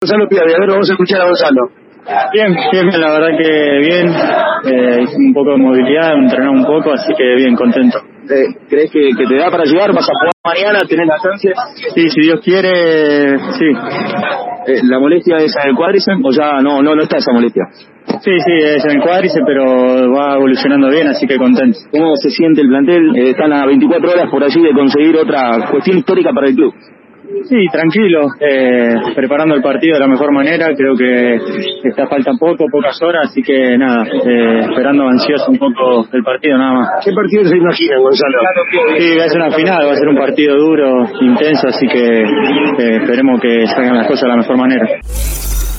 Gonzalo Piave, a ver, vamos a escuchar a Gonzalo. Bien, la verdad que bien. Hice un poco de movilidad, entrené un poco, así que bien, contento. ¿Crees que te da para llegar? ¿Vas a jugar mañana? ¿Tenés la chance? Sí, si Dios quiere, sí. ¿La molestia es en el cuádriceps o ya no está esa molestia? Sí, es en el cuádriceps, pero va evolucionando bien, así que contento. ¿Cómo se siente el plantel? Están a 24 horas por allí de conseguir otra cuestión histórica para el club. Sí, tranquilo, preparando el partido de la mejor manera. Creo que faltan pocas horas, así que nada, esperando ansioso un poco el partido, nada más. ¿Qué partido se imaginan, Gonzalo? Sí, va a ser una final, va a ser un partido duro, intenso, así que esperemos que salgan las cosas de la mejor manera.